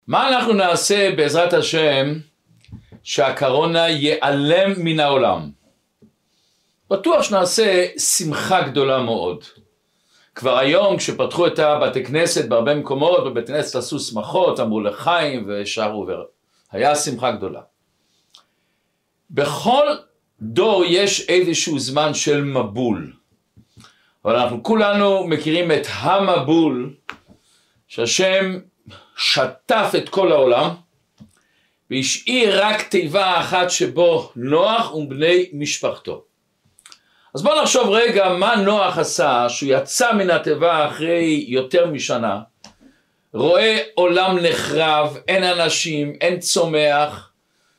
מה אנחנו נעשה בעזרת השם שהקורונה ייעלם מן העולם? בטוח שנעשה שמחה גדולה מאוד. כבר היום כשפתחו את הבתי כנסת בהרבה מקומות, בבית כנסת עשו שמחות, אמרו לחיים ושרו, היה שמחה גדולה. בכל דור יש איזשהו זמן של מבול, אבל אנחנו כולנו מכירים את המבול שהשם שטף את כל העולם והשאיר רק תיבה אחת שבו נוח ובני משפחתו. אז בואו נחשוב רגע מה נוח עשה שהוא יצא מן התיבה אחרי יותר משנה, רואה עולם נחרב, אין אנשים, אין צומח,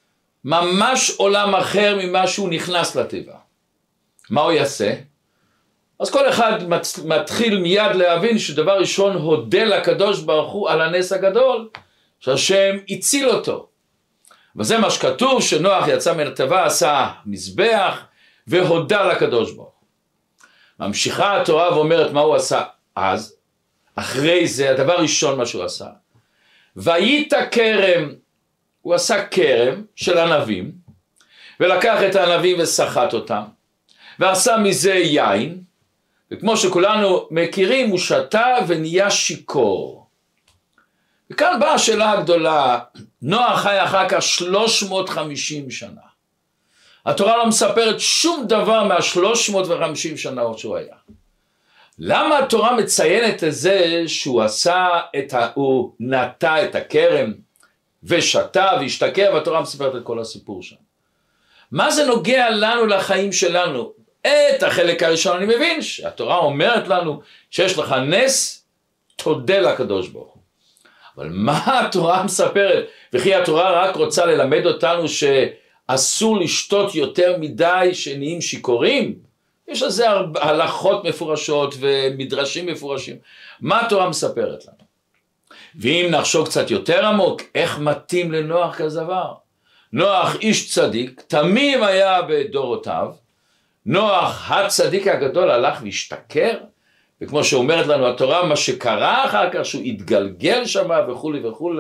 ממש עולם אחר ממה שהוא נכנס לתיבה. מה הוא יעשה? אז כל אחד מתחיל מיד להבין שדבר ראשון הודה לקדוש ברוך הוא על הנס הגדול שהשם הציל אותו. וזה מה שכתוב, שנוח יצא מן התיבה, עשה מזבח והודה לקדוש ברוך הוא. ממשיכה התורה ואומרת מה הוא עשה אז, אחרי זה הדבר ראשון מה שהוא עשה, והיית כרם, הוא עשה כרם של ענבים, ולקח את הענבים וסחט אותם, ועשה מזה יין, וכמו שכולנו מכירים, הוא שתה ונהיה שיכור. וכאן באה השאלה הגדולה, נוח חי אחר כך 350 שנה. התורה לא מספרת שום דבר מה-350 שנה שהוא היה. למה התורה מציינת את זה שהוא הוא נטע את הכרם ושתה והשתכר, והתורה מספרת את כל הסיפור שם? מה זה נוגע לנו לחיים שלנו? את החלק הראשון אני מבין שהתורה אומרת לנו שיש לך נס, תודה לקדוש ברוך הוא. אבל מה התורה מספרת? וכי התורה רק רוצה ללמד אותנו שאסור לשתות יותר מדי שנהיים שיכורים? יש על זה הלכות מפורשות ומדרשים מפורשים. מה התורה מספרת לנו? ואם נחשוב קצת יותר עמוק, איך מתאים לנוח כזה דבר? נוח איש צדיק, תמים היה בדורותיו, נוח הצדיק הגדול הלך והשתכר, וכמו שאומרת לנו התורה, מה שקרה אחר כך שהוא התגלגל שם וכו' וכו'.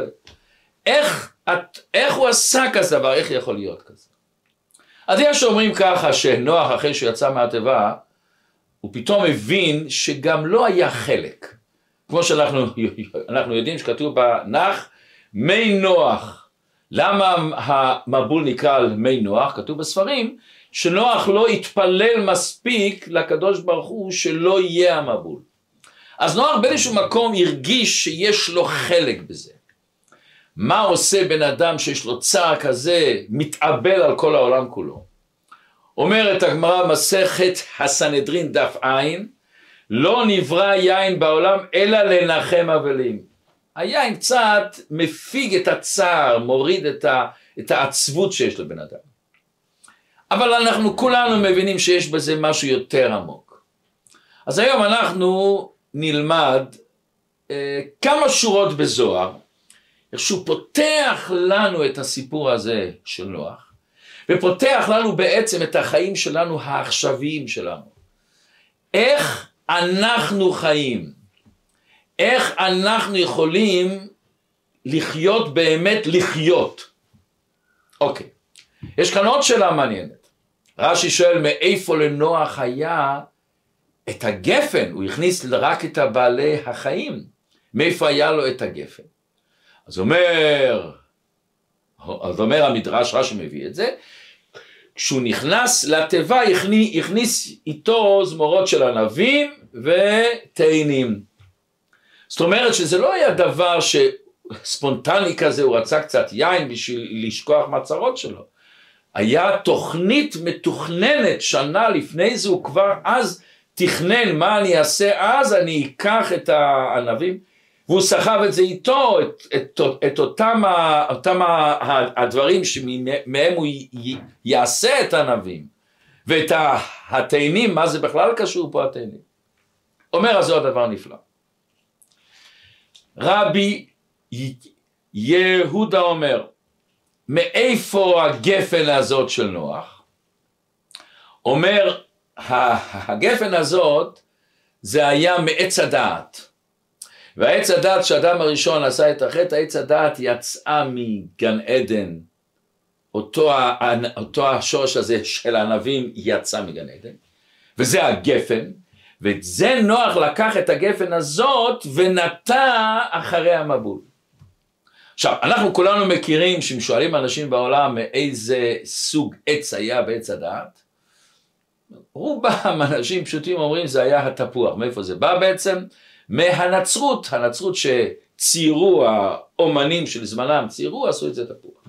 איך הוא עשה כזה דבר? איך יכול להיות כזה? אז יש שאומרים ככה שנוח אחרי שהוא יצא מהתיבה, הוא פתאום הבין שגם לא היה חלק. כמו שאנחנו יודעים שכתוב בנח, מי נוח. למה המבול נקרא על מי נוח? כתוב בספרים שנוח לא התפלל מספיק לקדוש ברוך הוא שלא יהיה המבול. אז נוח באיזשהו מקום הרגיש שיש לו חלק בזה. מה עושה בן אדם שיש לו צער כזה, מתאבל על כל העולם כולו? אומרת הגמרא מסכת הסנהדרין דף עין, לא נברא יין בעולם אלא לנחם אבלים. היין קצת מפיג את הצער, מוריד את העצבות שיש לבן אדם. אבל אנחנו כולנו מבינים שיש בזה משהו יותר עמוק. אז היום אנחנו נלמד כמה שורות בזוהר, איך שהוא פותח לנו את הסיפור הזה של נוח, ופותח לנו בעצם את החיים שלנו העכשוויים שלנו. איך אנחנו חיים, איך אנחנו יכולים לחיות באמת לחיות. אוקיי, יש כאן עוד שאלה מעניינת. רש"י שואל מאיפה לנוח היה את הגפן, הוא הכניס רק את בעלי החיים, מאיפה היה לו את הגפן? אז אומר המדרש, רש"י מביא את זה, כשהוא נכנס לתיבה הכניס איתו זמורות של ענבים ותאנים. זאת אומרת שזה לא היה דבר ספונטני כזה, הוא רצה קצת יין בשביל לשכוח מהצרות שלו. היה תוכנית מתוכננת שנה לפני זה, הוא כבר אז תכנן מה אני אעשה אז, אני אקח את הענבים, והוא סחב את זה איתו, את אותם הדברים שמהם הוא יעשה את הענבים, ואת התאנים, מה זה בכלל קשור פה התאנים? אומר אז זה הדבר נפלא. רבי יהודה אומר, מאיפה הגפן הזאת של נוח? אומר, הגפן הזאת זה היה מעץ הדעת. והעץ הדת שאדם הראשון עשה את החטא, העץ הדת יצאה מגן עדן, אותו השורש הזה של הענבים יצא מגן עדן, וזה הגפן, וזה נוח לקח את הגפן הזאת ונטע אחרי המבול. עכשיו, אנחנו כולנו מכירים ששואלים אנשים בעולם מאיזה סוג עץ היה בעץ הדעת, רובם אנשים פשוטים אומרים זה היה התפוח. מאיפה זה בא בעצם? מהנצרות, הנצרות שציירו האומנים של זמנם, ציירו, עשו את זה תפוח.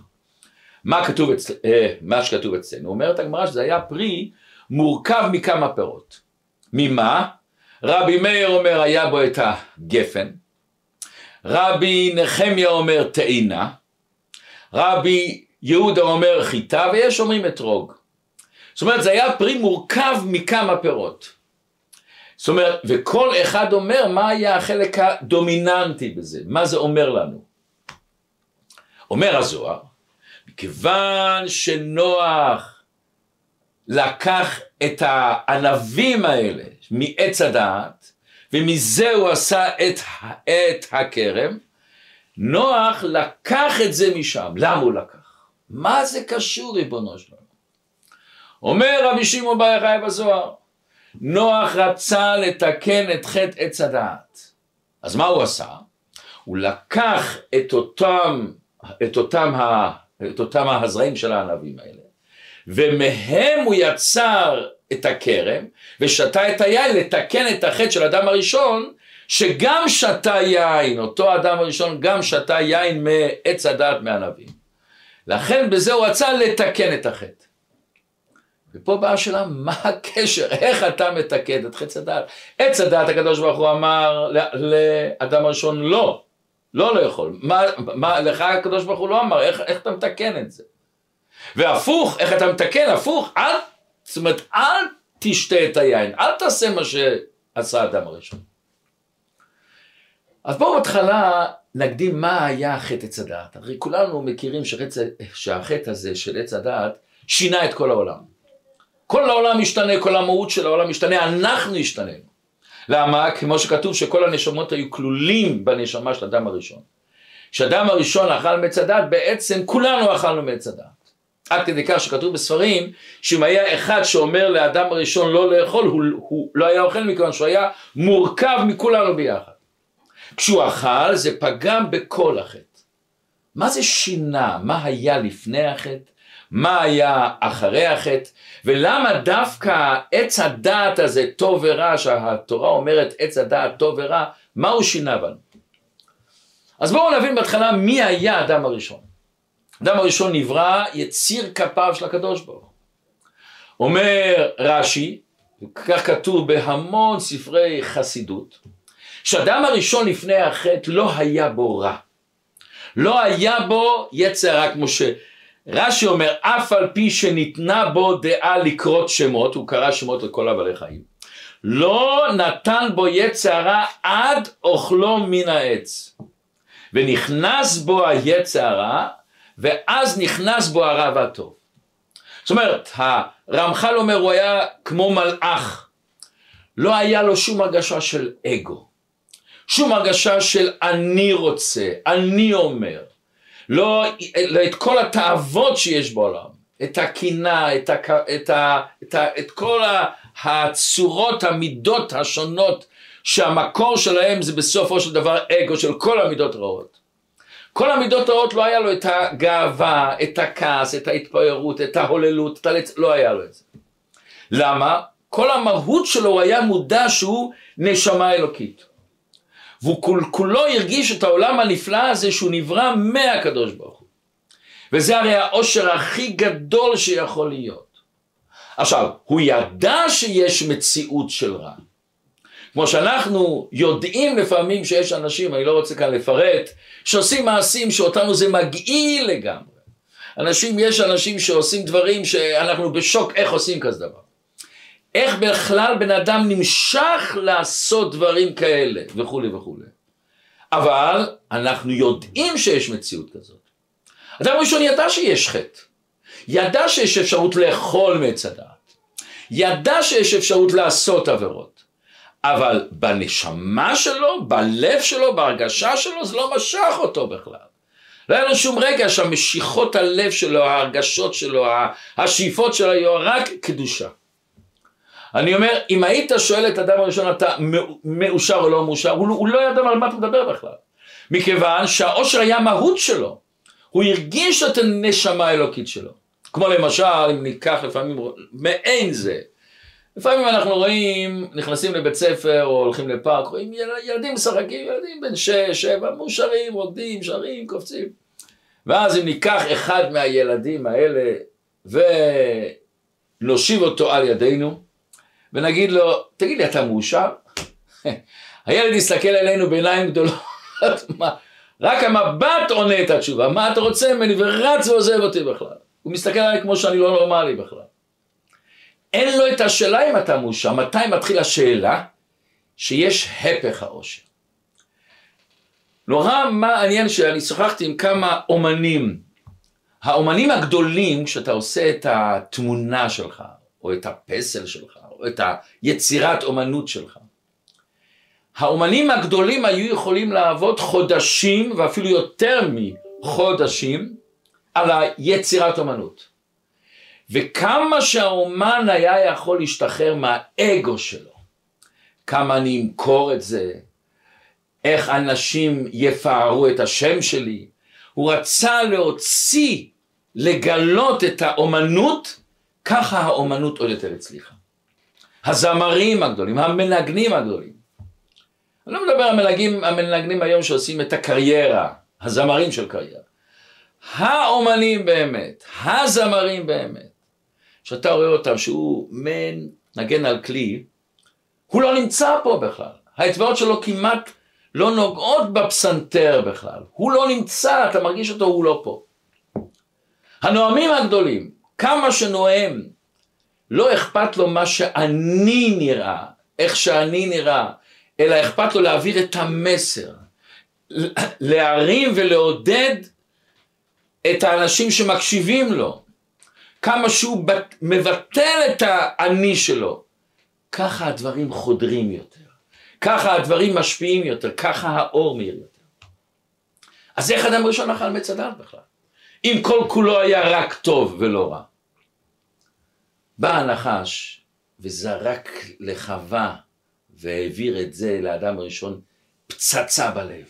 מה שכתוב אצלנו, אומרת הגמרא שזה היה פרי מורכב מכמה פירות. ממה? רבי מאיר אומר היה בו את הגפן, רבי נחמיה אומר תאנה, רבי יהודה אומר חיטה, ויש אומרים אתרוג. זאת אומרת זה היה פרי מורכב מכמה פירות. זאת אומרת, וכל אחד אומר מה היה החלק הדומיננטי בזה, מה זה אומר לנו. אומר הזוהר, מכיוון שנוח לקח את הענבים האלה מעץ הדעת, ומזה הוא עשה את הכרם, נוח לקח את זה משם. למה הוא לקח? מה זה קשור ריבונו שלנו? אומר רבי שמעון בר יוחאי בזוהר, נוח רצה לתקן את חטא עץ הדעת. אז מה הוא עשה? הוא לקח את אותם הזרעים של הענבים האלה, ומהם הוא יצר את הכרם, ושתה את היין לתקן את החטא של האדם הראשון, שגם שתה יין, אותו האדם הראשון גם שתה יין מעץ הדעת מהענבים. לכן בזה הוא רצה לתקן את החטא. ופה באה השאלה, מה הקשר? איך אתה מתקן את חטא הדעת? עץ הדעת הקדוש ברוך הוא אמר לאדם הראשון לא לאכול. מה לך הקדוש ברוך הוא לא אמר? איך אתה מתקן את זה? והפוך, איך אתה מתקן? הפוך, זאת אומרת, אל תשתה את היין, אל תעשה מה שעשה האדם הראשון. אז בואו בהתחלה נקדים מה היה חטא עץ הדעת. הרי כולנו מכירים שהחטא הזה של עץ הדעת שינה את כל העולם. כל העולם משתנה, כל המהות של העולם משתנה, אנחנו השתננו. למה? כמו שכתוב שכל הנשמות היו כלולים בנשמה של האדם הראשון. כשאדם הראשון אכל מעץ הדעת, בעצם כולנו אכלנו מעץ הדעת. עד כדי כך שכתוב בספרים, שאם היה אחד שאומר לאדם הראשון לא לאכול, הוא לא היה אוכל מכיוון שהוא היה מורכב מכולנו ביחד. כשהוא אכל, זה פגם בכל החטא. מה זה שינה? מה היה לפני החטא? מה היה אחרי החטא? ולמה דווקא עץ הדעת הזה טוב ורע, שהתורה אומרת עץ הדעת טוב ורע, מה הוא שינה בנו? אז בואו נבין בהתחלה מי היה האדם הראשון. האדם הראשון נברא יציר כפיו של הקדוש ברוך הוא. אומר רש"י, כך כתוב בהמון ספרי חסידות, שהאדם הראשון לפני החטא לא היה בו רע. לא היה בו יצר רע, כמו שרש"י אומר, אף על פי שניתנה בו דעה לקרות שמות, הוא קרא שמות לכל הבעלי חיים, לא נתן בו יצר רע עד אוכלו מן העץ. ונכנס בו היצר הרע, ואז נכנס בו הרע והטוב. זאת אומרת, הרמח"ל אומר, הוא היה כמו מלאך. לא היה לו שום הרגשה של אגו. שום הרגשה של אני רוצה, אני אומר. לא את כל התאוות שיש בעולם. את הקינה, את כל הצורות, המידות השונות, שהמקור שלהם זה בסופו של דבר אגו של כל המידות רעות. כל המידות רעות לא היה לו את הגאווה, את הכעס, את ההתפארות, את ההוללות, לא היה לו את זה. למה? כל המהות שלו הוא היה מודע שהוא נשמה אלוקית. והוא כולו הרגיש את העולם הנפלא הזה שהוא נברא מהקדוש ברוך הוא. וזה הרי העושר הכי גדול שיכול להיות. עכשיו, הוא ידע שיש מציאות של רע. כמו שאנחנו יודעים לפעמים שיש אנשים, אני לא רוצה כאן לפרט, שעושים מעשים שאותנו זה מגעיל לגמרי. יש אנשים שעושים דברים שאנחנו בשוק איך עושים כזה דבר. איך בכלל בן אדם נמשך לעשות דברים כאלה וכו' וכו'. אבל אנחנו יודעים שיש מציאות כזאת. אדם ראשון ידע שיש חטא. ידע שיש אפשרות לאכול מעץ הדעת. ידע שיש אפשרות לעשות עבירות. אבל בנשמה שלו, בלב שלו, בהרגשה שלו, זה לא משך אותו בכלל. לא היה לו שום רגע שהמשיכות הלב שלו, ההרגשות שלו, השאיפות שלו, היו רק קדושה. אני אומר, אם היית שואל את האדם הראשון, אתה מאושר או לא מאושר, הוא לא ידע על מה אתה מדבר בכלל. מכיוון שהאושר היה מהות שלו. הוא הרגיש את הנשמה האלוקית שלו. כמו למשל, אם ניקח לפעמים, מעין זה. לפעמים אנחנו רואים, נכנסים לבית ספר או הולכים לפארק, רואים ילדים משחקים, ילדים בין 6, 7, מאושרים, רוקדים, שרים, קופצים. ואז אם ניקח אחד מהילדים האלה ונושיב אותו על ידינו, ונגיד לו, תגיד לי, אתה מאושר? הילד יסתכל עלינו בעיניים גדולות, רק המבט עונה את התשובה, מה אתה רוצה ממני, ורץ ועוזב אותי בכלל. הוא מסתכל עליי כמו שאני לא נורמלי בכלל. אין לו את השאלה אם אתה מאושר, מתי מתחיל השאלה? שיש הפך האושר. נורא מעניין שאני שוחחתי עם כמה אומנים, האומנים הגדולים, כשאתה עושה את התמונה שלך, או את הפסל שלך, או את היצירת אומנות שלך, האומנים הגדולים היו יכולים לעבוד חודשים, ואפילו יותר מחודשים, על היצירת אומנות. וכמה שהאומן היה יכול להשתחרר מהאגו שלו, כמה אני אמכור את זה, איך אנשים יפארו את השם שלי, הוא רצה להוציא, לגלות את האומנות, ככה האומנות עוד יותר הצליחה. הזמרים הגדולים, המנגנים הגדולים. אני לא מדבר על המנגנים היום שעושים את הקריירה, הזמרים של קריירה. האומנים באמת, הזמרים באמת, שאתה רואה אותם שהוא מנגן על כלי, הוא לא נמצא פה בכלל. האצבעות שלו כמעט לא נוגעות בפסנתר בכלל. הוא לא נמצא, אתה מרגיש אותו, הוא לא פה. הנואמים הגדולים, כמה שנואם, לא אכפת לו מה שאני נראה, איך שאני נראה, אלא אכפת לו להעביר את המסר, להרים ולעודד את האנשים שמקשיבים לו, כמה שהוא מבטל את האני שלו, ככה הדברים חודרים יותר, ככה הדברים משפיעים יותר, ככה האור מאיר יותר. אז איך אדם ראשון אכל עץ הדעת בכלל? אם כל כולו היה רק טוב ולא רע. בא הנחש וזרק לחווה והעביר את זה לאדם הראשון פצצה בלב.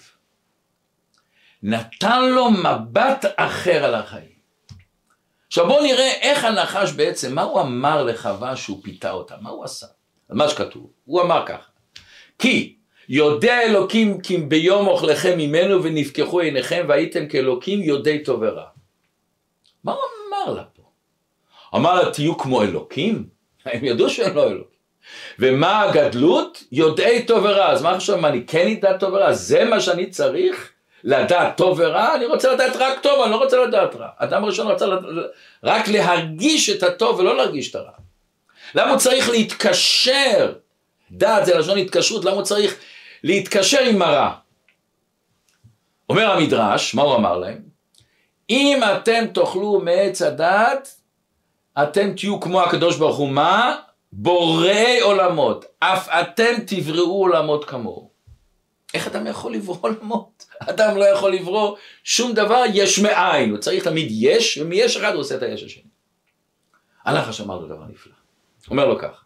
נתן לו מבט אחר על החיים. עכשיו בואו נראה איך הנחש בעצם, מה הוא אמר לחווה שהוא פיתה אותה, מה הוא עשה? על מה שכתוב, הוא אמר ככה, כי יודע אלוקים כי ביום אוכלכם ממנו ונפקחו עיניכם והייתם כאלוקים יודעי טוב ורע. מה הוא אמר לה פה? אמר לה תהיו כמו אלוקים? הם ידעו שהם לא אלוקים. ומה הגדלות? יודעי טוב ורע. אז מה עכשיו, אני כן ידע טוב ורע? זה מה שאני צריך? לדעת טוב ורע? אני רוצה לדעת רק טוב, אני לא רוצה לדעת רע. אדם ראשון רצה רק להרגיש את הטוב ולא להרגיש את הרע. למה הוא צריך להתקשר? דעת זה לשון התקשרות, למה הוא צריך להתקשר עם הרע? אומר המדרש, מה הוא אמר להם? אם אתם תאכלו מעץ הדעת, אתם תהיו כמו הקדוש ברוך הוא, מה? בוראי עולמות, אף אתם תבראו עולמות כמוהו. איך אדם יכול לברוא עולמות? אדם לא יכול לברוא שום דבר יש מאין, הוא צריך תמיד יש, ומיש אחד הוא עושה את היש השני. הנחש אמר לו דבר נפלא, אומר לו כך,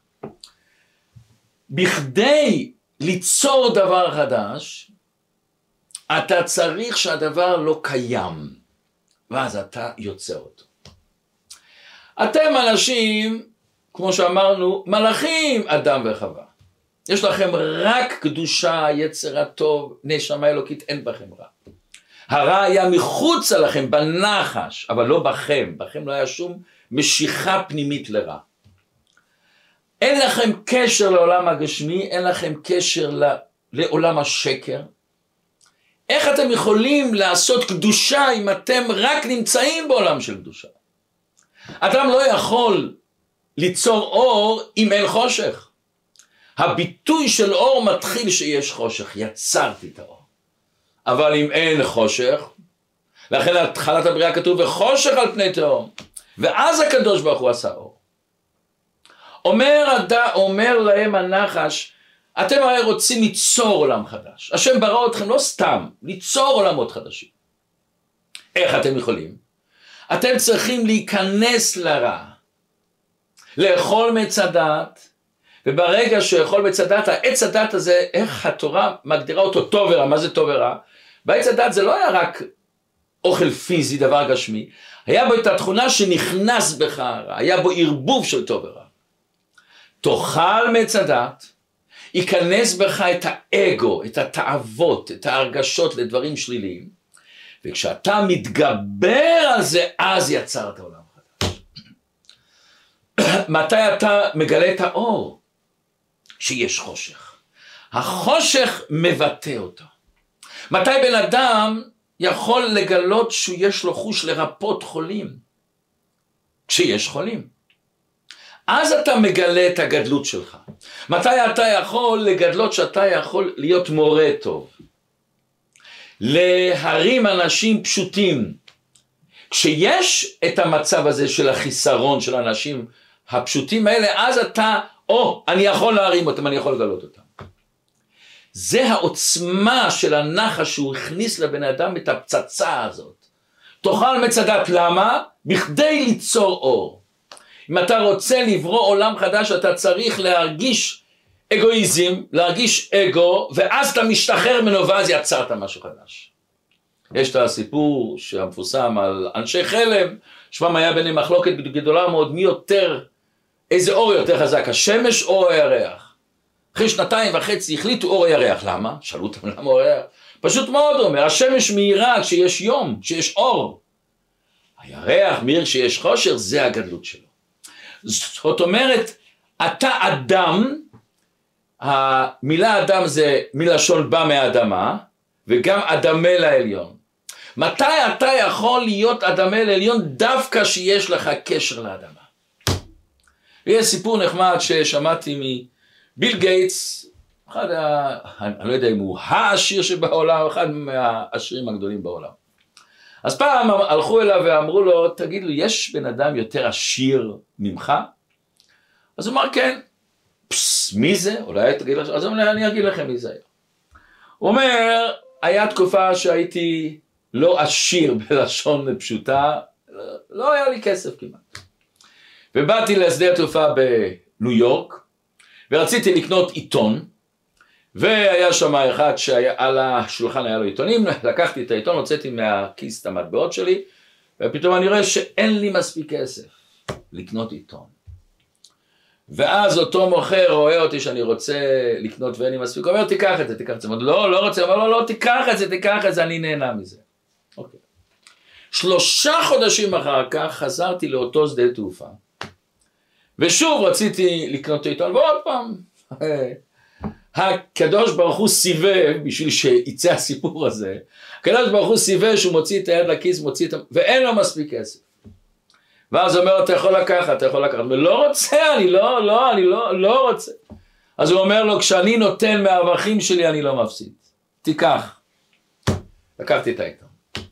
בכדי ליצור דבר חדש, אתה צריך שהדבר לא קיים, ואז אתה יוצר אותו. אתם אנשים, כמו שאמרנו, מלאכים, אדם וחווה. יש לכם רק קדושה, יצר הטוב, נשמה אלוקית, אין בכם רע. הרע היה מחוץ לכם, בנחש, אבל לא בכם. בכם לא היה שום משיכה פנימית לרע. אין לכם קשר לעולם הגשמי, אין לכם קשר לעולם השקר. איך אתם יכולים לעשות קדושה אם אתם רק נמצאים בעולם של קדושה? אדם לא יכול ליצור אור אם אין חושך. הביטוי של אור מתחיל שיש חושך, יצרתי את האור. אבל אם אין חושך, לכן התחלת הבריאה כתוב וחושך על פני תהום, ואז הקדוש ברוך הוא עשה אור. אומר להם הנחש, אתם הרי רוצים ליצור עולם חדש. השם ברא אתכם לא סתם, ליצור עולמות חדשים. איך אתם יכולים? אתם צריכים להיכנס לרע, לאכול מעץ הדת, וברגע שאכול מעץ הדת, העץ הדת הזה, איך התורה מגדירה אותו טוב ורע, מה זה טוב ורע? בעץ הדת זה לא היה רק אוכל פיזי, דבר גשמי, היה בו את התכונה שנכנס בך הרע, היה בו ערבוב של טוב ורע. תאכל מעץ הדת, ייכנס בך את האגו, את התאוות, את ההרגשות לדברים שליליים, וכשאתה מתגבר על זה, אז יצרת עולם חדש. מתי אתה מגלה את האור? שיש חושך. החושך מבטא אותו. מתי בן אדם יכול לגלות שיש לו חוש לרפות חולים? כשיש חולים. אז אתה מגלה את הגדלות שלך. מתי אתה יכול לגדלות שאתה יכול להיות מורה טוב? להרים אנשים פשוטים. כשיש את המצב הזה של החיסרון של האנשים הפשוטים האלה, אז אתה, אני יכול להרים אותם, אני יכול לגלות אותם. זה העוצמה של הנחש שהוא הכניס לבן אדם את הפצצה הזאת. תאכל מעץ הדת, למה? בכדי ליצור אור. אם אתה רוצה לברוא עולם חדש, אתה צריך להרגיש אגואיזם, להרגיש אגו, ואז אתה משתחרר ממנו, ואז יצרת משהו חדש. יש את הסיפור שהמפורסם על אנשי חלם, שמם היה ביניהם מחלוקת גדולה מאוד, מי יותר, איזה אור יותר חזק, השמש או הירח. אחרי 2.5 החליטו אור הירח. למה? שאלו אותם למה אור הירח. פשוט מאוד אומר, השמש מהירה כשיש יום, כשיש אור. הירח מהיר כשיש חושך, זה הגדלות שלו. זאת אומרת, אתה אדם, המילה אדם זה מלשון בא מהאדמה, וגם אדמה לעליון. מתי אתה יכול להיות אדמה לעליון? דווקא שיש לך קשר לאדמה. ויש סיפור נחמד ששמעתי מביל גייטס, אני לא יודע אם הוא העשיר שבעולם, אחד מהעשירים הגדולים בעולם. אז פעם הלכו אליו ואמרו לו, תגיד לו, יש בן אדם יותר עשיר ממך? אז הוא אמר, כן. מי זה? אולי תגיד לך, אז אני אגיד לכם מי זה היה. הוא אומר, היה תקופה שהייתי לא עשיר בלשון פשוטה, לא היה לי כסף כמעט. ובאתי לשדה התעופה בניו יורק, ורציתי לקנות עיתון, והיה שם אחד שעל השולחן היה לו עיתונים, לקחתי את העיתון, הוצאתי מהכיס את המטבעות שלי, ופתאום אני רואה שאין לי מספיק כסף לקנות עיתון. ואז אותו מוכר רואה אותי שאני רוצה לקנות ואין לי מספיק, הוא אומר, תיקח את זה, תיקח את זה. לא רוצה, הוא אומר, לא, תיקח את זה, אני נהנה מזה. אוקיי. 3 חודשים אחר כך חזרתי לאותו שדה תעופה, ושוב רציתי לקנות עיתון, ועוד פעם, הקדוש ברוך הוא סיבב, בשביל שיצא הסיפור הזה, הקדוש ברוך הוא סיבב שהוא מוציא את היד לכיס, ואין לו מספיק כסף. ואז הוא אומר, אתה יכול לקחת. לא רוצה, אני לא רוצה. אז הוא אומר לו, כשאני נותן מהרווחים שלי, אני לא מפסיד. תיקח. לקחתי את העיתון.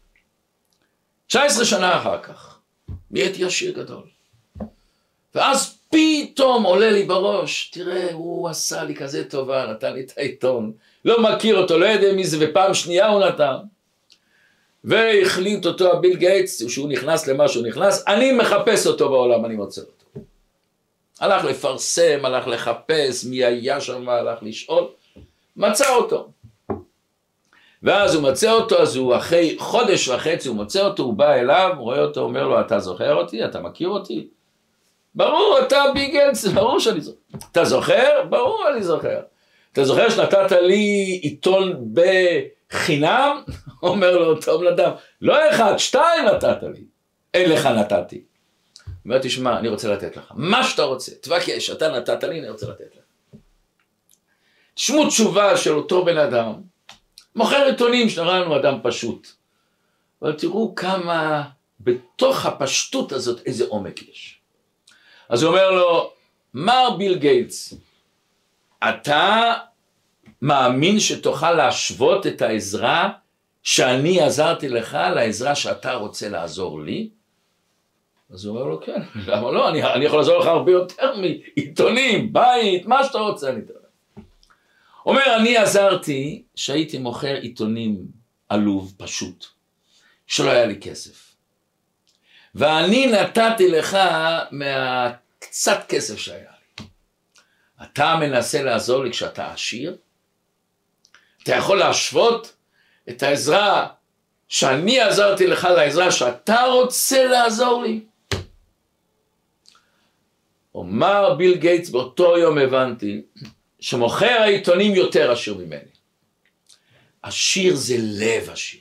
19 שנה אחר כך, נהייתי עשיר גדול. ואז פתאום עולה לי בראש, תראה, הוא עשה לי כזה טובה, נתן לי את העיתון. לא מכיר אותו, לא יודע מי זה, ופעם שנייה הוא נתן. והחליט אותו הביל גייטס, שהוא נכנס למה שהוא נכנס, אני מחפש אותו בעולם, אני מוצא אותו. הלך לפרסם, הלך לחפש, מי היה שם, הלך לשאול, מצא אותו. ואז הוא מצא אותו, אז הוא אחרי 1.5 חודש הוא מוצא אותו, הוא בא אליו, רואה אותו, אומר לו, אתה זוכר אותי? אתה מכיר אותי? ברור, אתה ביל גייטס, ברור שאני זוכר. אתה זוכר? ברור, אני זוכר. אתה זוכר שנתת לי עיתון בחינם? אומר לו, טוב לדם, לא 1, 2 נתת לי, אין לך נתתי. אומר, תשמע, אני רוצה לתת לך, מה שאתה רוצה, תבקש, אתה נתת לי, אני רוצה לתת לך. תשמעו תשובה של אותו בן אדם, מוכר עיתונים שנראה לנו אדם פשוט, אבל תראו כמה בתוך הפשטות הזאת איזה עומק יש. אז הוא אומר לו, מר ביל גייטס, אתה מאמין שתוכל להשוות את העזרה שאני עזרתי לך לעזרה שאתה רוצה לעזור לי? אז הוא אומר לו, כן, למה לא? אני יכול לעזור לך הרבה יותר מעיתונים, בית, מה שאתה רוצה אני אתן לך. אומר, אני עזרתי שהייתי מוכר עיתונים עלוב פשוט, שלא היה לי כסף. ואני נתתי לך מהקצת כסף שהיה לי. אתה מנסה לעזור לי כשאתה עשיר? אתה יכול להשוות את העזרה שאני עזרתי לך לעזרה שאתה רוצה לעזור לי? אומר ביל גייטס, באותו יום הבנתי שמוכר העיתונים יותר עשיר ממני. עשיר זה לב עשיר.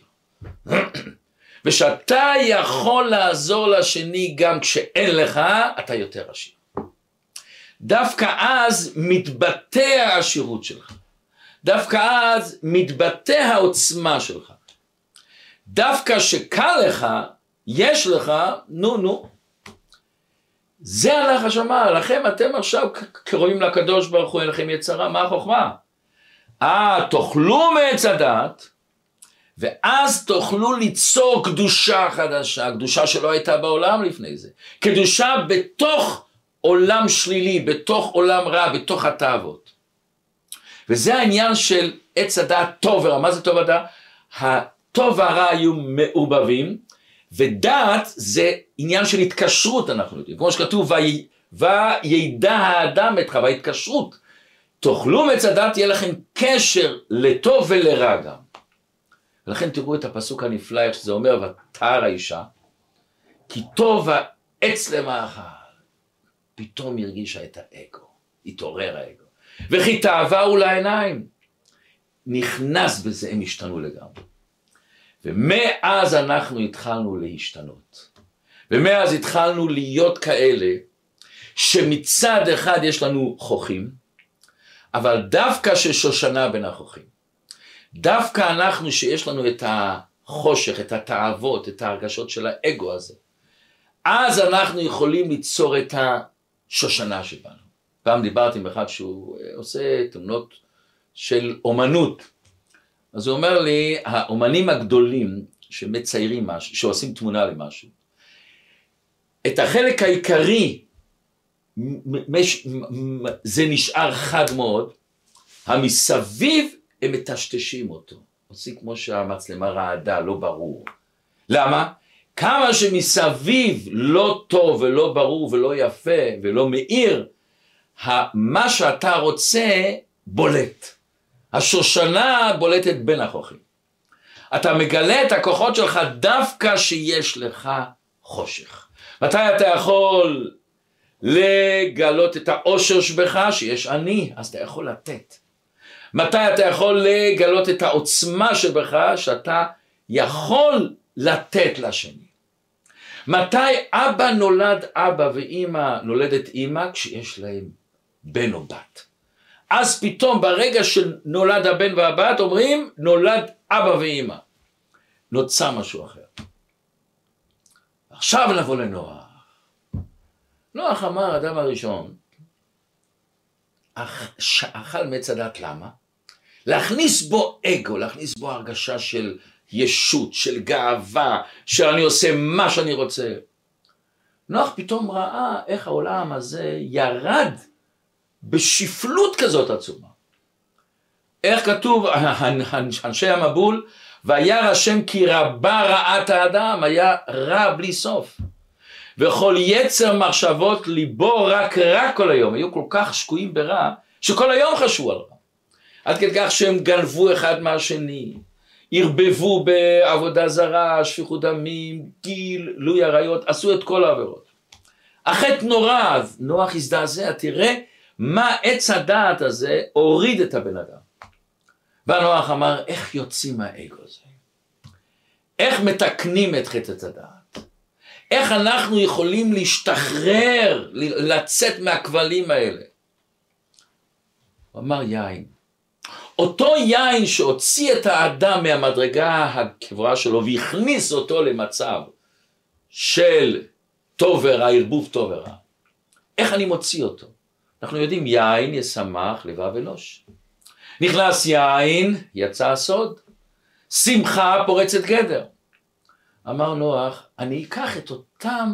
ושאתה יכול לעזור לשני גם כשאין לך, אתה יותר עשיר. דווקא אז מתבטא העשירות שלך. דווקא אז מתבטא העוצמה שלך. דווקא שקל לך, יש לך, נו. זה הלך השמה, לכם אתם עכשיו קוראים לקדוש ברוך הוא, אין לכם יצרה, מה החוכמה? תאכלו מעץ הדעת, ואז תוכלו ליצור קדושה חדשה, קדושה שלא הייתה בעולם לפני זה. קדושה בתוך עולם שלילי, בתוך עולם רע, בתוך התאוות. וזה העניין של עץ הדעת טוב ורע. מה זה טוב ודעת? הטוב והרע היו מעובבים, ודעת זה עניין של התקשרות, אנחנו יודעים. כמו שכתוב, וידע האדם אתך, וההתקשרות. תאכלו מעץ הדעת, יהיה לכם קשר לטוב ולרע גם. ולכן תראו את הפסוק הנפלא, איך שזה אומר, ותער האישה, כי טוב העץ למאכל. פתאום הרגישה את האגו, התעורר האגו. וכי תאווה הוא לעיניים. נכנס בזה, הם השתנו לגמרי. ומאז אנחנו התחלנו להשתנות. ומאז התחלנו להיות כאלה, שמצד אחד יש לנו חוכים, אבל דווקא ששושנה בין החוכים. דווקא אנחנו שיש לנו את החושך, את התאוות, את ההרגשות של האגו הזה. אז אנחנו יכולים ליצור את השושנה שבנו. פעם דיברתי עם אחד שהוא עושה תמונות של אומנות. אז הוא אומר לי, האומנים הגדולים שמציירים משהו, שעושים תמונה למשהו, את החלק העיקרי, זה נשאר חד מאוד, המסביב הם מטשטשים אותו. עושים כמו שהמצלמה רעדה, לא ברור. למה? כמה שמסביב לא טוב ולא ברור ולא יפה ולא מאיר, מה שאתה רוצה בולט. השושנה בולטת בין החוכים. אתה מגלה את הכוחות שלך דווקא שיש לך חושך. מתי אתה יכול לגלות את האושר שבך? שיש אני, אז אתה יכול לתת. מתי אתה יכול לגלות את העוצמה שבך? שאתה יכול לתת לשני. מתי אבא נולד אבא ואמא נולדת אמא? כשיש להם בן או בת. אז פתאום ברגע שנולד הבן והבת אומרים נולד אבא ואמא. נוצר משהו אחר. עכשיו נבוא לנוח. נוח אמר האדם הראשון, אכל מעץ הדעת, למה? להכניס בו אגו, להכניס בו הרגשה של ישות, של גאווה, שאני עושה מה שאני רוצה. נוח פתאום ראה איך העולם הזה ירד בשפלות כזאת עצומה. איך כתוב, אנשי המבול, וירא השם כי רבה רעת האדם, היה רע בלי סוף. וכל יצר מחשבות ליבו רק רע כל היום, היו כל כך שקועים ברע, שכל היום חשבו על רע. עד כדי כך שהם גנבו אחד מהשני, הרבבו בעבודה זרה, שפיכות דמים, גילוי עריות, עשו את כל העבירות. החטא נורא, נוח הזדעזע, תראה מה עץ הדעת הזה הוריד את הבן אדם. ונוח אמר, איך יוצאים מהאגו הזה? איך מתקנים את חטא הדעת? איך אנחנו יכולים להשתחרר, לצאת מהכבלים האלה? הוא אמר יין. אותו יין שהוציא את האדם מהמדרגה הגבוהה שלו והכניס אותו למצב של טוב ורע, ערבוב טוב ורע. איך אני מוציא אותו? אנחנו יודעים יין ישמח לבב אנוש. נכנס יין, יצא הסוד. שמחה פורצת גדר. אמר נוח, אני אקח את אותם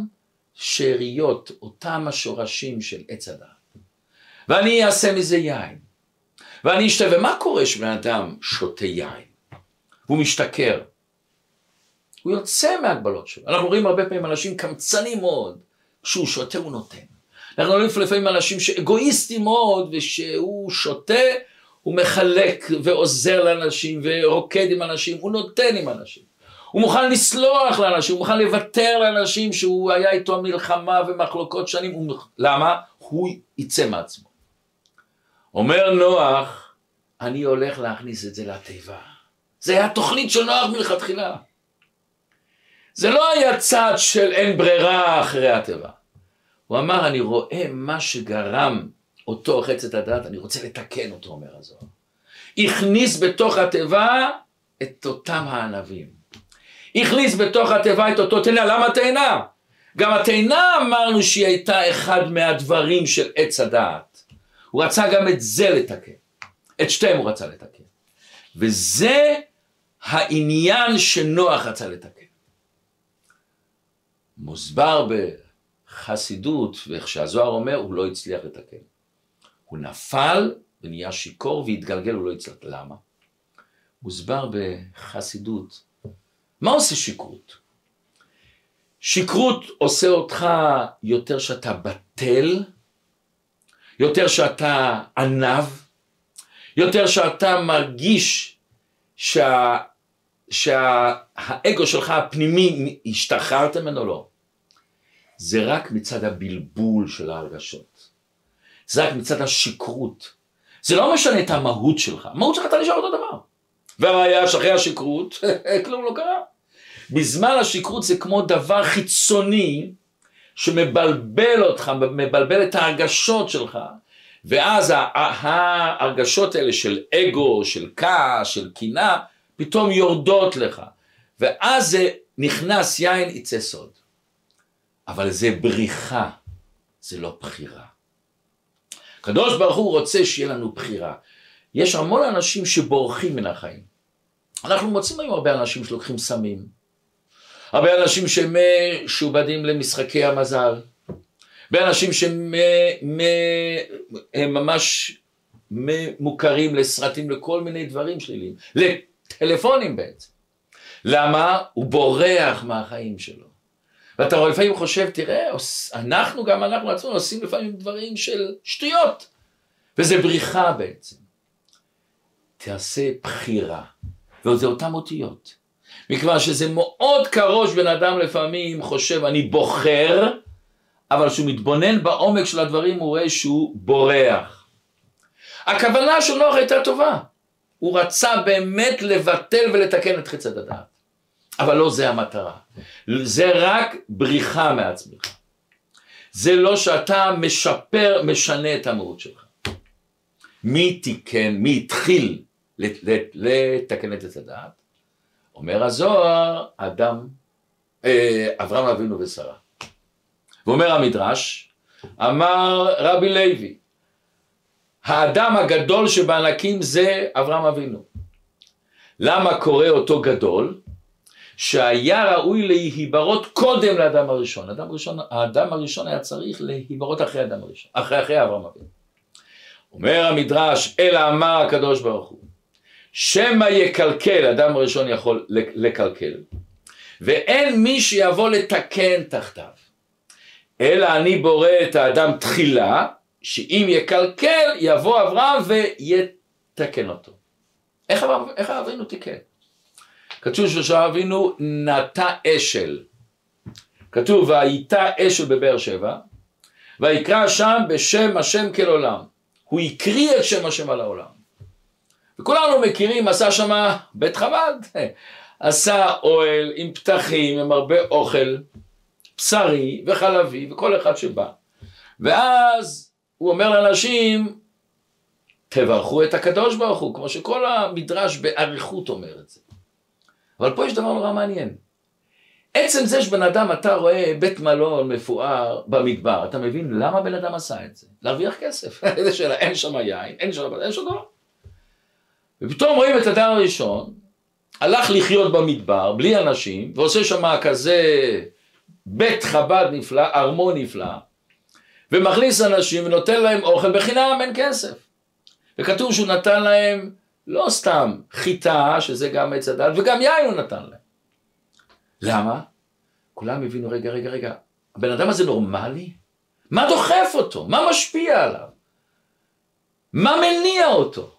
שאריות, אותם השורשים של עץ הדעת, ואני אעשה מזה יין. ואני אשתה, ומה קורה שבן אדם שותה יין? הוא משתכר. הוא יוצא מהגבלות שלו. אנחנו רואים הרבה פעמים אנשים קמצנים מאוד, כשהוא שותה הוא נותן. אנחנו רואים לפעמים אנשים שאגואיסטים מאוד, ושהוא שותה, הוא מחלק ועוזר לאנשים, ורוקד עם אנשים, הוא נותן עם אנשים. הוא מוכן לסלוח לאנשים, הוא מוכן לוותר לאנשים שהוא היה איתו מלחמה ומחלוקות שנים. למה? הוא יצא מעצמו. אומר נוח, אני הולך להכניס את זה לתיבה. זה היה תוכנית של נוח מלכתחילה. זה לא היה צד של אין ברירה אחרי התיבה. הוא אמר, אני רואה מה שגרם אותו חץ את הדעת, אני רוצה לתקן אותו, אומר הזוהר. הכניס בתוך התיבה את אותם הענבים. הכניס בתוך התיבה את אותו תאנה. למה תאנה? גם התאנה אמרנו שהיא הייתה אחד מהדברים של עץ הדעת. הוא רצה גם את זה לתקן. את שתיהם הוא רצה לתקן. וזה העניין שנוח רצה לתקן. מוסבר בחסידות, ואיך שהזוהר אומר, הוא לא הצליח לתקן. הוא נפל ונהיה שיקור והתגלגל, הוא לא הצליח. למה? מוסבר בחסידות. מה עושה שכרות? שכרות עושה אותך יותר שאתה בטל, יותר שאתה ענב, יותר שאתה מרגיש שהאגו שלך הפנימי השתחררת ממנו. לא. זה רק מצד הבלבול של ההרגשות. זה רק מצד השכרות. זה לא משנה את המהות שלך. המהות שלך אתה נשאר אותו דבר. והראיה שאחרי השכרות, כלום לא קרה. בזמן השכרות זה כמו דבר חיצוני, שמבלבל אותך, מבלבל את ההרגשות שלך, ואז ההרגשות האלה של אגו, של כעס, של קנאה, פתאום יורדות לך. ואז זה נכנס יין יצא סוד. אבל זה בריחה, זה לא בחירה. הקדוש ברוך הוא רוצה שיהיה לנו בחירה. יש המון אנשים שבורחים מן החיים. אנחנו מוצאים היום הרבה אנשים שלוקחים סמים. הרבה אנשים שמשובדים למשחקי המזל. הרבה אנשים שהם ממש מוכרים לסרטים, לכל מיני דברים שליליים. לטלפונים בעצם. למה? הוא בורח מהחיים שלו. ואתה רואה לפעמים חושב, תראה, אנחנו עצמנו עושים לפעמים דברים של שטויות. וזה בריחה בעצם. תעשה בחירה. וזה אותם אותיות. מכיוון שזה מאוד קרוב בן אדם לפעמים חושב, אני בוחר, אבל כשהוא מתבונן בעומק של הדברים, הוא רואה שהוא בורח. הכוונה של נוח הייתה טובה. הוא רצה באמת לבטל ולתקן את חץ הדעת. אבל לא זה המטרה. זה רק בריחה מעצמך. זה לא שאתה משנה את המהות שלך. מי התחיל לתקן את הדעת? אומר הזוהר, אברהם אבינו ושרה. ואומר המדרש, אמר רבי לוי, האדם הגדול שבענקים זה אברהם אבינו. למה קורא אותו גדול? שהיה ראוי להיברות קודם לאדם הראשון. האדם הראשון היה צריך להיברות אחרי האדם הראשון, אחרי אברהם אבינו. אומר המדרש, אלא אמר הקדוש ברוך הוא, שמא יקלקל, אדם הראשון יכול לקלקל, ואין מי שיבוא לתקן תחתיו. אלא אני בורא את האדם תחילה, שאם יקלקל יבוא אברהם ויתקן אותו. איך אבינו תיקן? כתוב שאבינו נטע אשל. כתוב והייתה אשל בבאר שבע, ויקרא שם בשם השם כל עולם. הוא יקריא את שם השם על העולם. וכולנו מכירים, עשה שם בית חב"ד. עשה אוהל עם פתחים, עם הרבה אוכל, בשרי וחלבי, וכל אחד שבא. ואז הוא אומר לאנשים, תברכו את הקדוש ברוך הוא, כמו שכל המדרש בעריכות אומר את זה. אבל פה יש דבר נורא מעניין. עצם זה שבן אדם, אתה רואה בית מלון מפואר במדבר, אתה מבין למה בן אדם עשה את זה? להרוויח כסף. איזה שאלה, אין שם יין, אין שם דבר. ופתאום רואים את האדם הראשון, הלך לחיות במדבר, בלי אנשים, ועושה שם כזה בית חב"ד נפלא, ארמון נפלא, ומכניס אנשים ונותן להם אוכל בחינם, אין כסף. וכתוב שהוא נתן להם לא סתם חיטה, שזה גם עץ הדת, וגם יין הוא נתן להם. למה? כולם הבינו, רגע, הבן אדם הזה נורמלי? מה דוחף אותו? מה משפיע עליו? מה מניע אותו?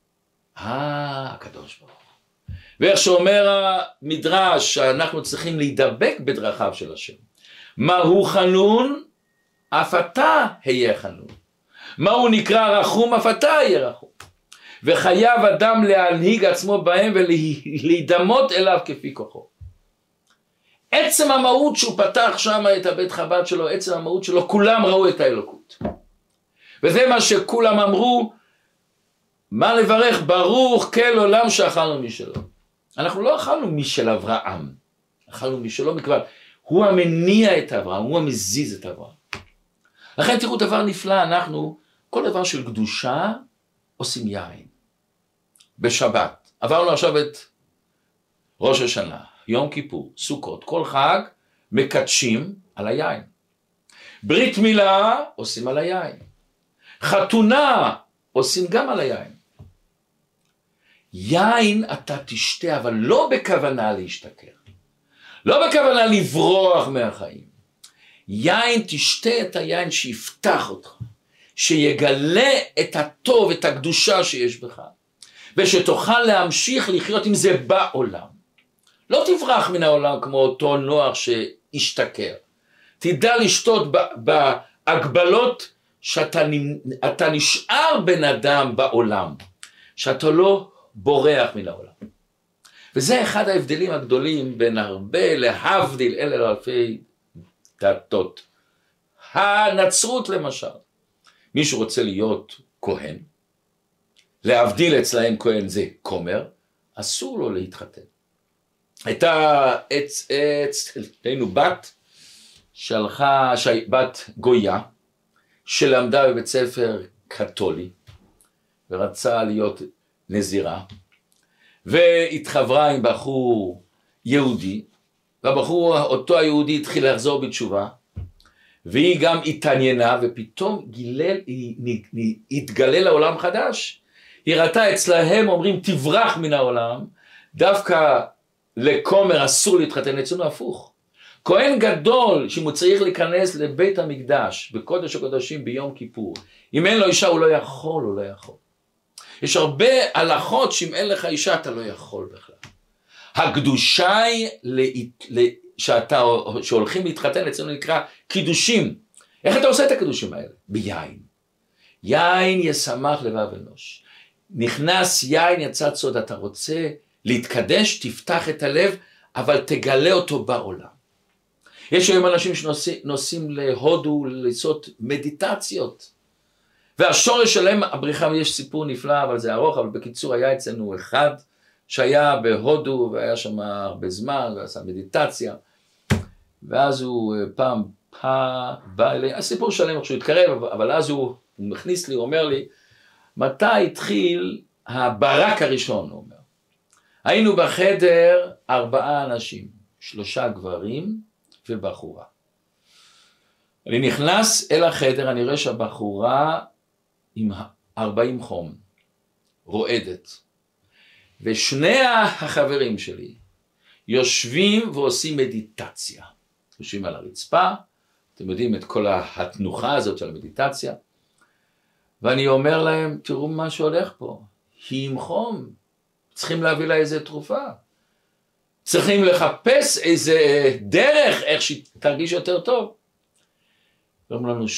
הקדוש ברוך הוא. ואיך שאומר המדרש, שאנחנו צריכים להידבק בדרכיו של השם. מהו חנון? אף אתה היה חנון. מהו נקרא רחום? אף אתה היה רחום. וחייב אדם להנהיג עצמו בהם ולהידמות אליו כפי כוחו. עצם המהות שהוא פתח שם את הבית חב"ד שלו, עצם המהות שלו, כולם ראו את האלוקות. וזה מה שכולם אמרו, מה לברך? ברוך כל עולם שאכלנו משלו. אנחנו לא אכלנו משל אברהם, אכלנו משלו מכבר. הוא המניע את אברהם, הוא המזיז את אברהם. לכן תראו דבר נפלא, אנחנו, כל דבר של קדושה, עושים יין. בשבת. עברנו עכשיו את ראש השנה, יום כיפור, סוכות, כל חג מקדשים על היין. ברית מילה עושים על היין. חתונה עושים גם על היין. יין אתה תשתה, אבל לא בכוונה להשתכר. לא בכוונה לברוח מהחיים. יין, תשתה את היין שיפתח אותך, שיגלה את הטוב, את הקדושה שיש בך, ושתוכל להמשיך לחיות עם זה בעולם. לא תברח מן העולם כמו אותו נוח שהשתכר. תדע לשתות בהגבלות שאתה נשאר בן אדם בעולם, שאתה לא בורח מן העולם. וזה אחד ההבדלים הגדולים בין הרבה להבדיל אלה אלפי דתות. הנצרות למשל, מישהו רוצה להיות כהן, להבדיל אצלהם כהן זה כומר, אסור לו להתחתן. הייתה אצלנו בת בת גויה, שלמדה בבית ספר קתולי, ורצה להיות נזירה, והתחברה עם בחור יהודי, והבחור אותו היהודי התחיל לחזור בתשובה, והיא גם התעניינה, ופתאום התגלה לעולם חדש. היא ראתה אצלהם אומרים תברח מן העולם, דווקא לכומר אסור להתחתן, אצלנו הפוך. כהן גדול שהוא צריך להיכנס לבית המקדש, בקודש הקודשים ביום כיפור, אם אין לו אישה הוא לא יכול, יש הרבה הלכות שאם אין לך אישה אתה לא יכול בכלל. הקדושה היא שהולכים להתחתן, אצלנו נקרא קידושים. איך אתה עושה את הקידושים האלה? ביין. יין ישמח לבב אנוש. נכנס יין יצא סוד, אתה רוצה להתקדש, תפתח את הלב, אבל תגלה אותו בעולם. יש היום אנשים שנוסעים להודו לעשות מדיטציות, והשורש שלהם הבריחה, יש סיפור נפלא, אבל זה ארוך, אבל בקיצור היה אצלנו אחד, שהיה בהודו, והיה שם הרבה זמן, ועשה מדיטציה, ואז הוא פעם בא אליי, הסיפור שלם, כשהוא התקרב, אבל אז הוא מכניס לי, הוא אומר לי, מתי התחיל הברק הראשון, הוא אומר. היינו בחדר 4 אנשים, 3 גברים ובחורה. אני נכנס אל החדר, אני רואה שהבחורה עם 40 חום, רועדת. ושני החברים שלי יושבים ועושים מדיטציה. יושבים על הרצפה, אתם יודעים את כל התנוחה הזאת של המדיטציה. ואני אומר להם, תראו מה שהולך פה, היא עם חום, צריכים להביא לה איזה תרופה. צריכים לחפש איזה דרך, איך שהיא תרגיש יותר טוב. ואומרים לנו,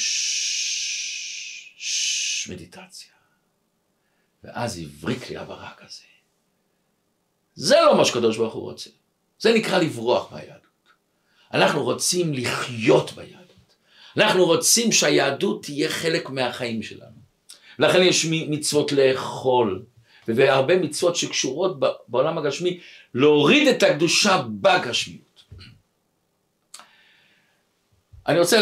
מדיטציה. ואז הבריק לי הברק הזה. זה לא מה שקדוש ברוך הוא רוצה. זה נקרא לברוח מהיהדות. אנחנו רוצים לחיות ביהדות. אנחנו רוצים שהיהדות תהיה חלק מהחיים שלנו. ולכן יש מצוות לאכול, והרבה מצוות שקשורות בעולם הגשמי, להוריד את הקדושה בגשמיות. אני רוצה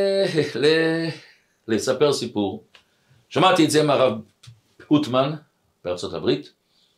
לספר סיפור. שמעתי את זה מהרב הוטמן בארצות הברית.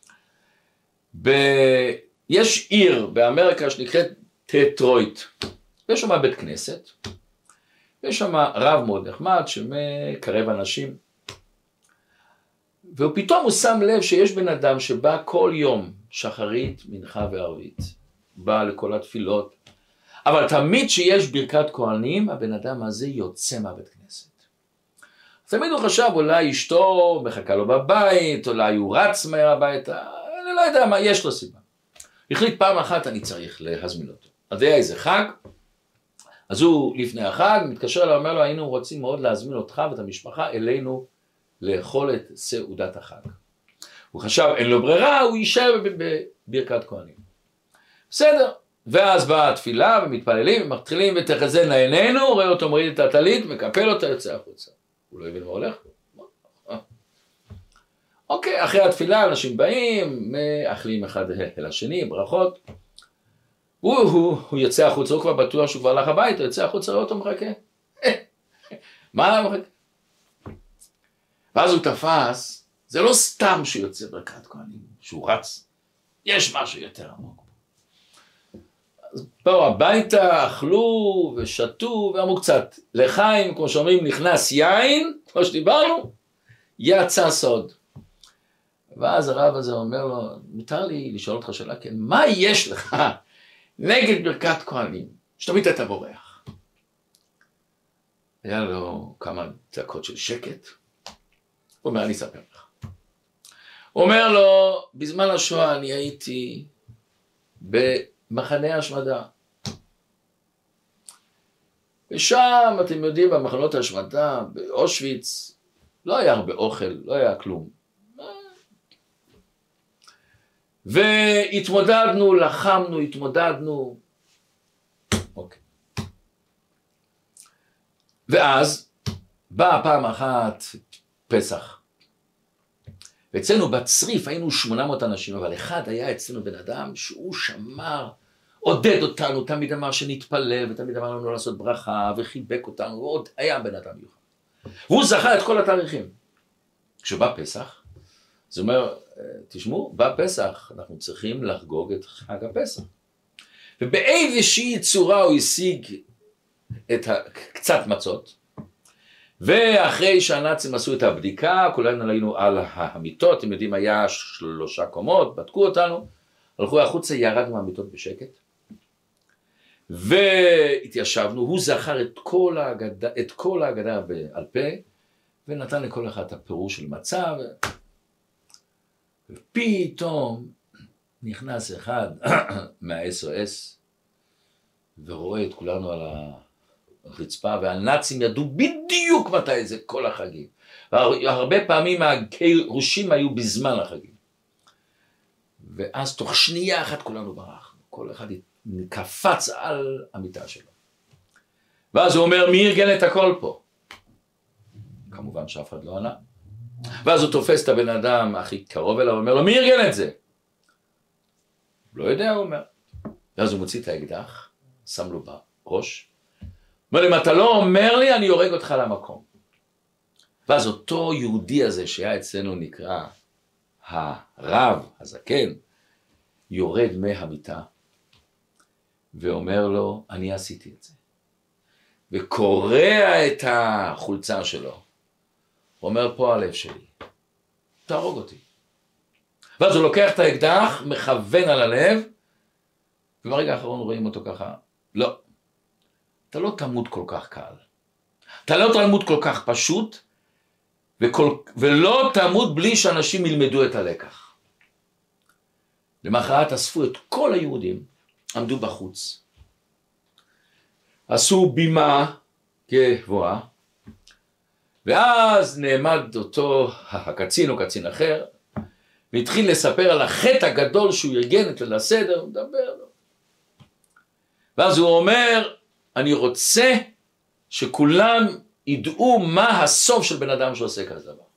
יש עיר באמריקה שנקראת דטרויט. יש שם בית כנסת. יש שם רב מאוד נחמד שמקרב אנשים. ופתאום הוא שם לב שיש בן אדם שבא כל יום, שחרית, מנחה וערבית, בא לכל התפילות, אבל תמיד שיש ברכת כהנים, הבן אדם הזה יוצא מהבית כנסת. תמיד הוא חשב, אולי אשתו מחכה לו בבית, אולי הוא רץ מהר הביתה, אני לא יודע מה, יש לו סיבה. החליט פעם אחת, אני צריך להזמין אותו. אז היה איזה חג, אז הוא לפני החג מתקשר אליו, אומר לו, היינו רוצים מאוד להזמין אותך ואת המשפחה אלינו לאכול את סעודת החג. הוא חשב, אין לו ברירה, הוא יישאר בברכת כהנים. בסדר, ואז באה התפילה ומתפללים ומתחילים ותחזינה עינינו, רואה אותו מוריד את הטלית, מקפל אותה, יוצא החוצה. הוא לא הבין מה הולך? אוקיי, אחרי התפילה אנשים באים, מאכלים אחד אל השני, ברכות. הוא יוצא החוצה, הוא כבר בטוח שהוא כבר הלך הביתה, הוא יוצא החוצה, רואה אותו מחכה. מה הוא מחכה? ואז הוא תפס, זה לא סתם שהוא יוצא ברכת כהנים, שהוא רץ, יש משהו יותר עמוק. אז באו הביתה, אכלו ושתו ואמרו קצת לחיים, כמו שאומרים, נכנס יין, כמו שדיברנו, יצא סוד. ואז הרב הזה אומר לו, מותר לי לשאול אותך שאלה, כן, מה יש לך נגד ברכת כהנים, שתמיד אתה בורח? היה לו כמה דקות של שקט, הוא אומר, אני אספר לך. הוא אומר לו, בזמן השואה אני הייתי במחנה השמדה. ושם, אתם יודעים, במחנות השמדה, באושוויץ, לא היה הרבה אוכל, לא היה כלום. והתמודדנו, לחמנו, התמודדנו. אוקיי. ואז באה פעם אחת פסח. ואצלנו בצריף היינו 800 אנשים, אבל אחד היה אצלנו בן אדם שהוא שמר, עודד אותנו, תמיד אמר שנתפלל, ותמיד אמר לנו לעשות ברכה, וחיבק אותנו, ועוד היה בן אדם מיוחד. והוא זכה את כל התאריכים. כשבא פסח, זה אומר, תשמעו, בא פסח, אנחנו צריכים לחגוג את חג הפסח. ובאיזושהי צורה הוא השיג את קצת מצות, ואחרי שהנאצים עשו את הבדיקה, כולנו היינו על המיטות, אתם יודעים, היה 3 קומות, בדקו אותנו, הלכו החוצה, ירדנו מהמיטות בשקט, והתיישבנו, הוא זכר את כל ההגדה בעל פה, ונתן לכל אחד את הפירוש של מצב, ופתאום נכנס אחד מה-SOS, ורואה את כולנו על הרצפה, והנאצים ידעו בדיוק מתי זה כל החגים. והרבה פעמים הגירושים היו בזמן החגים. ואז תוך שנייה אחת כולנו ברחנו, כל אחד קפץ על המיטה שלו. ואז הוא אומר, מי ארגן את הכל פה? כמובן שאף אחד לא ענה. ואז הוא תופס את הבן אדם הכי קרוב אליו, ואומר לו, מי ארגן את זה? לא יודע, הוא אומר. ואז הוא מוציא את האקדח, שם לו בראש, אומר לי, אם אתה לא אומר לי, אני יורג אותך למקום. ואז אותו יהודי הזה שהיה אצלנו נקרא הרב, הזקן, יורד מהמיטה, ואומר לו, אני עשיתי את זה. וקורע את החולצה שלו. הוא אומר, פה הלב שלי, תהרוג אותי. ואז הוא לוקח את האקדח, מכוון על הלב, וברגע האחרון רואים אותו ככה, לא, אתה לא תמות כל כך קל. אתה לא תמות כל כך פשוט, ולא תמות בלי שאנשים ילמדו את הלקח. למחרת אספו את כל היהודים, עמדו בחוץ, עשו בימה גבוהה, ואז נעמד אותו הקצין או קצין אחר, והתחיל לספר על החטא הגדול שהוא ארגן את ליל הסדר, הוא מדבר לו. ואז הוא אומר, אני רוצה שכולם ידעו מה הסוף של בן אדם שעושה כזה דבר.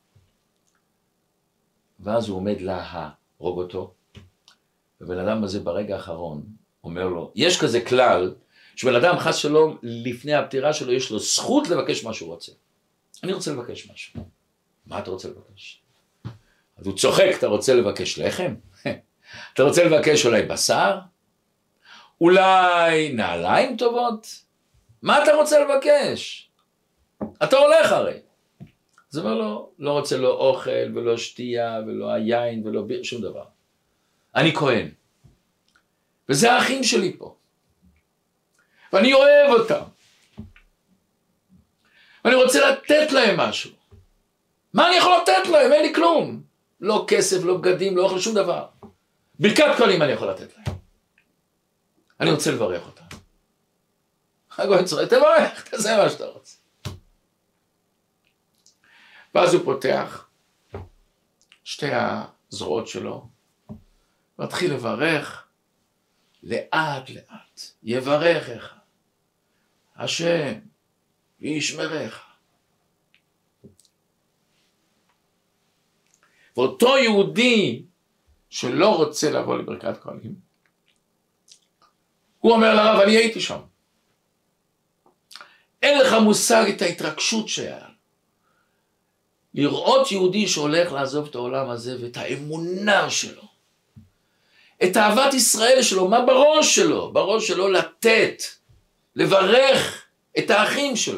ואז הוא עומד להרוג אותו, ובן אדם הזה ברגע האחרון אומר לו, יש כזה כלל, שבן אדם חס שלום לפני הפטירה שלו, יש לו זכות לבקש מה שהוא רוצה. אני רוצה לבקש משהו. מה אתה רוצה לבקש? אז הוא צוחק, אתה רוצה לבקש לחם? אתה רוצה לבקש אולי בשר? אולי נעליים טובות? מה אתה רוצה לבקש? אתה הולך הרי. אז הוא אומר לו, לא רוצה לא אוכל ולא שתייה ולא היין ולא ביר, שום דבר. אני כהן. וזה האחים שלי פה. ואני אוהב אותם. ואני רוצה לתת להם משהו. מה אני יכול לתת להם? אין לי כלום. לא כסף, לא בגדים, לא אוכל, שום דבר. ברכת כהנים אני יכול לתת להם. אני רוצה לברך אותם. הגויין צוחק, תברך, תעשה מה שאתה רוצה. ואז הוא פותח שתי הזרועות שלו, מתחיל לברך לאט לאט. יברכך השם וישמרך. ואותו יהודי שלא רוצה לבוא לברכת כהנים, הוא אומר לרב, אני הייתי שם. אין לך מושג את ההתרגשות שהיה. לראות יהודי שהולך לעזוב את העולם הזה ואת האמונה שלו. את אהבת ישראל שלו, מה בראש שלו? בראש שלו לתת, לברך את האחים שלו.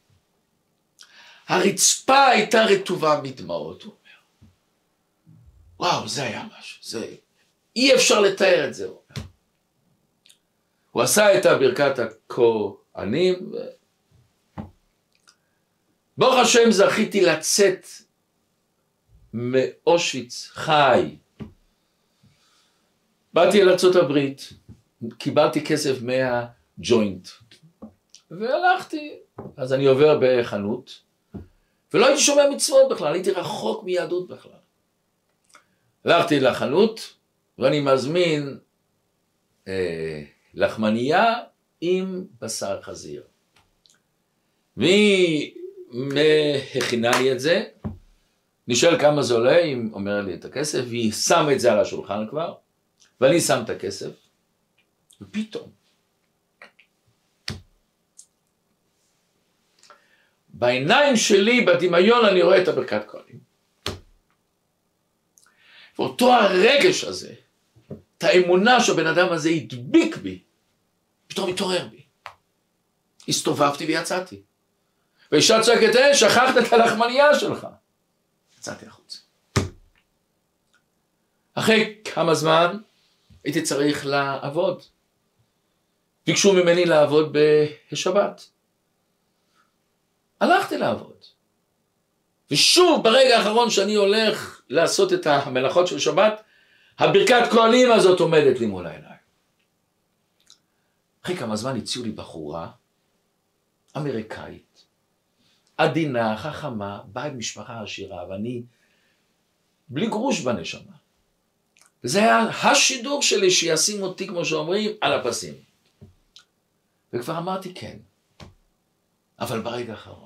הרצפה הייתה רטובה מדמעות, הוא אומר. וואו, זה היה משהו, זה... אי אפשר לתאר את זה, הוא אומר. הוא עשה את ברכת הכהנים, ברוך השם זכיתי לצאת מאושוויץ חי. באתי לארצות הברית, קיבלתי כסף מהג'וינט, והלכתי. אז אני עובר בחנות, ולא הייתי שומע מצוות בכלל, הייתי רחוק מיהדות בכלל. הלכתי לחנות, ואני מזמין לחמניה עם בשר חזיר. והיא הכינה לי את זה, נשאל כמה זה עולה, היא אומרת לי את הכסף, והיא שמה את זה על השולחן כבר, ואני שם את הכסף, ופתאום, בעיניים שלי, בדמיון, אני רואה את הברכת כהנים. ואותו הרגש הזה, את האמונה שהבן אדם הזה הדביק בי, פתאום התעורר בי. הסתובבתי ויצאתי. ואישה צועקת, שכחת את הלחמניה שלך. יצאתי החוצה. אחרי כמה זמן הייתי צריך לעבוד. ביקשו ממני לעבוד בשבת. הלכתי לעבוד. ושוב ברגע האחרון שאני הולך לעשות את המלאכות של שבת, הברכת כהנים הזאת עומדת לי מול העיניים. אחרי כמה זמן הציעו לי בחורה אמריקאית, עדינה, חכמה, באה עם משפחה עשירה, ואני בלי גרוש בנשמה. וזה היה השידור שלי שישים אותי, כמו שאומרים, על הפסים. וכבר אמרתי כן, אבל ברגע האחרון.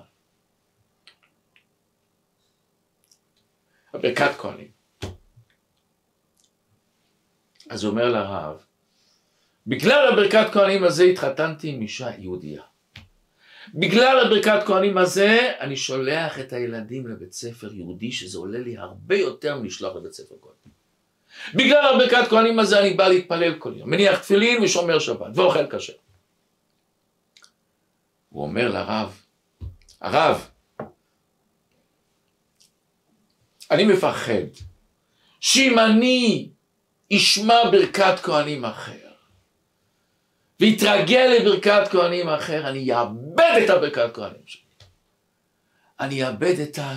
הברכת כהנים. אז הוא אומר לרב, בגלל הברכת כהנים הזה התחתנתי עם אישה יהודייה. בגלל הברכת כהנים הזה אני שולח את הילדים לבית ספר יהודי, שזה עולה לי הרבה יותר מלשלוח לבית ספר כהנים. בגלל הברכת כהנים הזה אני בא להתפלל כל יום, מניח תפילין ושומר שבת ואוכל כשר. הוא אומר לרב, הרב, אני מפחד שאם אני אשמע ברכת כהנים אחר ויתרגל לברכת כהנים אחר, אני אאבד את הברכת כהנים שלי. אני אאבד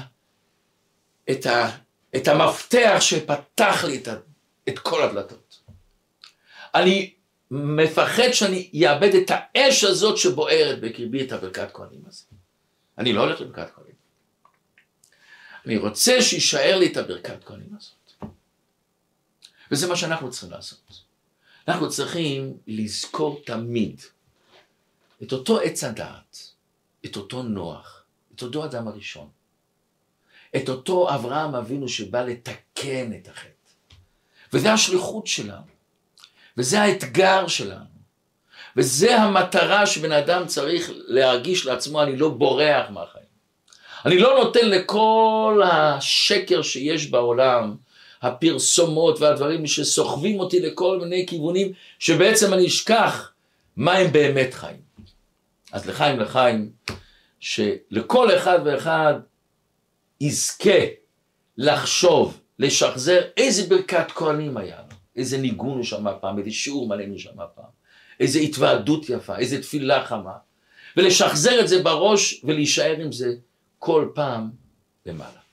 את המפתח שפתח לי את כל הדלתות. אני מפחד שאני אאבד את האש הזאת שבוערת בקרבי, את הברכת כהנים הזה. אני לא הולך לברכת כהנים. אני רוצה שישאר לי את הברכת כהנים הזאת. וזה מה שאנחנו צריכים לעשות. אנחנו צריכים לזכור תמיד את אותו עץ הדעת, את אותו נוח, את אותו אדם הראשון, את אותו אברהם אבינו שבא לתקן את החטא. וזה השליחות שלנו, וזה האתגר שלנו, וזה המטרה שבן אדם צריך להרגיש לעצמו, אני לא בורח מהחיים. אני לא נותן לכל השקר שיש בעולם, הפרסומות והדברים שסוחבים אותי לכל מיני כיוונים, שבעצם אני אשכח מה הם באמת חיים. אז לחיים, שלכל אחד ואחד יזכה לחשוב, לשחזר איזה ברכת כהנים היה לו, איזה ניגון הוא שמע פעם, איזה שיעור מלאנו שמע פעם, איזה התוועדות יפה, איזה תפילה חמה, ולשחזר את זה בראש ולהישאר עם זה כל פעם למעלה.